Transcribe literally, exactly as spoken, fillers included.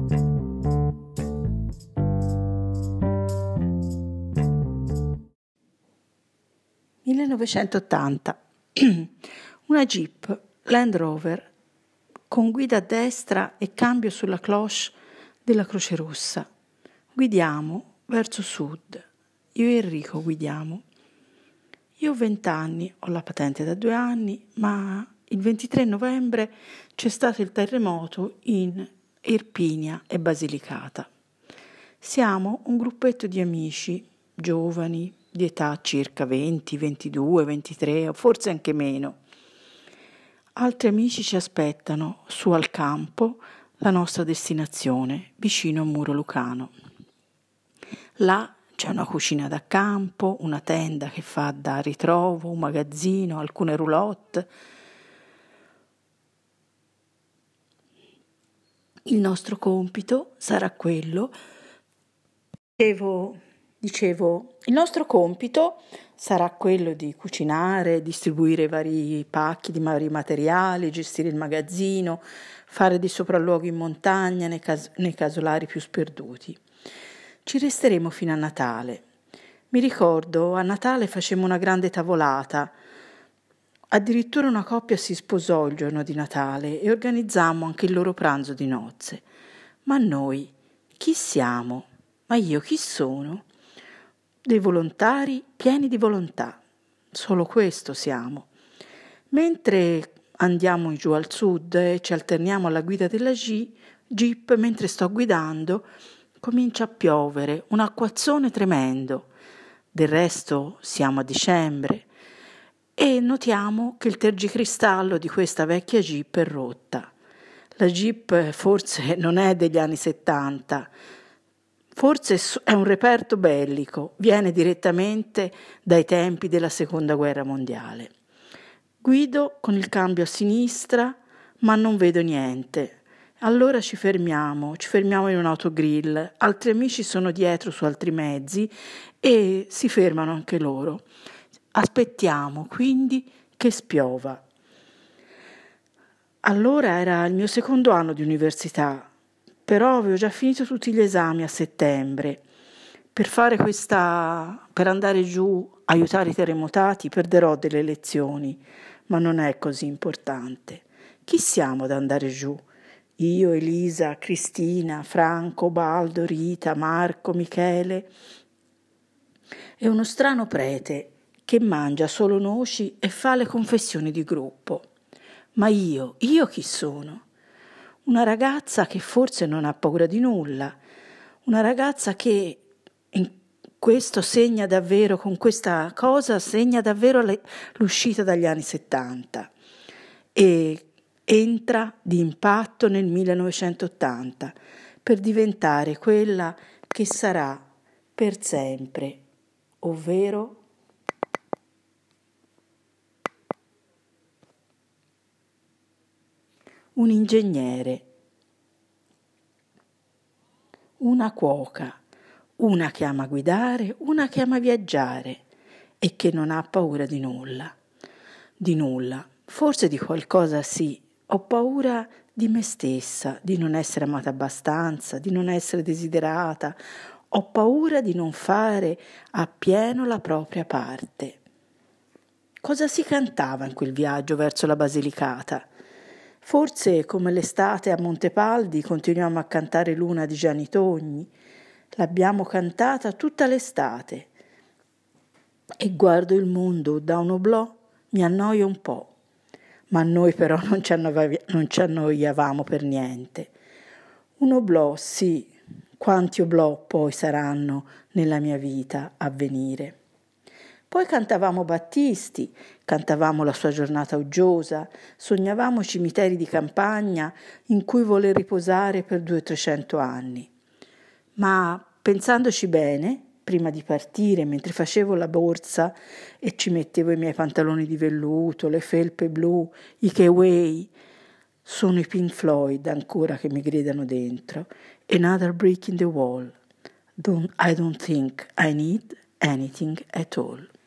millenovecentottanta. Una Jeep Land Rover con guida a destra e cambio sulla cloche della Croce Rossa. Guidiamo verso sud. Io e Enrico guidiamo. Io ho vent'anni, ho la patente da due anni, ma il ventitré novembre c'è stato il terremoto in Irpinia e Basilicata. Siamo un gruppetto di amici, giovani, di età circa venti, ventidue, ventitré o forse anche meno. Altri amici ci aspettano su al campo, la nostra destinazione, vicino a Muro Lucano. Là c'è una cucina da campo, una tenda che fa da ritrovo, un magazzino, alcune roulotte. Il nostro compito sarà quello, dicevo, dicevo, il nostro compito sarà quello di cucinare, distribuire i vari pacchi di vari materiali, gestire il magazzino, fare dei sopralluoghi in montagna nei, cas- nei casolari più sperduti. Ci resteremo fino a Natale. Mi ricordo, a Natale facemmo una grande tavolata. Addirittura una coppia si sposò il giorno di Natale e organizzammo anche il loro pranzo di nozze. Ma noi, chi siamo? Ma io chi sono? Dei volontari pieni di volontà. Solo questo siamo. Mentre andiamo giù al sud e ci alterniamo alla guida della G- Jeep, mentre sto guidando, comincia a piovere, un acquazzone tremendo. Del resto siamo a dicembre e notiamo che il tergicristallo di questa vecchia Jeep è rotta. La Jeep forse non è degli anni settanta, forse è un reperto bellico, viene direttamente dai tempi della Seconda Guerra Mondiale. Guido con il cambio a sinistra, ma non vedo niente. Allora ci fermiamo, ci fermiamo in un autogrill, altri amici sono dietro su altri mezzi e si fermano anche loro. Aspettiamo quindi che spiova. Allora era il mio secondo anno di università, però avevo già finito tutti gli esami a settembre. Per fare questa, per andare giù, aiutare i terremotati, perderò delle lezioni, ma non è così importante. Chi siamo ad andare giù? Io, Elisa, Cristina, Franco, Baldo, Rita, Marco, Michele e uno strano prete che mangia solo noci e fa le confessioni di gruppo. Ma io, io chi sono? Una ragazza che forse non ha paura di nulla, una ragazza che in questo segna davvero, con questa cosa segna davvero le, l'uscita dagli anni settanta e entra di impatto nel millenovecentottanta per diventare quella che sarà per sempre, ovvero un ingegnere, una cuoca, una che ama guidare, una che ama viaggiare e che non ha paura di nulla. Di nulla, forse di qualcosa sì. Ho paura di me stessa, di non essere amata abbastanza, di non essere desiderata. Ho paura di non fare appieno la propria parte. Cosa si cantava in quel viaggio verso la Basilicata? Forse, come l'estate a Montepaldi, continuiamo a cantare Luna di Gianni Togni. L'abbiamo cantata tutta l'estate. E guardo il mondo da un oblò, mi annoio un po'. Ma noi però non ci, annoia, non ci annoiavamo per niente. Un oblò, sì, quanti oblò poi saranno nella mia vita a venire. Poi cantavamo Battisti, cantavamo La sua giornata uggiosa, sognavamo cimiteri di campagna in cui voler riposare per due o trecento anni. Ma pensandoci bene, prima di partire, mentre facevo la borsa e ci mettevo i miei pantaloni di velluto, le felpe blu, i K-Way, sono i Pink Floyd ancora che mi gridano dentro. Another brick in the wall. Don't, I don't think I need anything at all.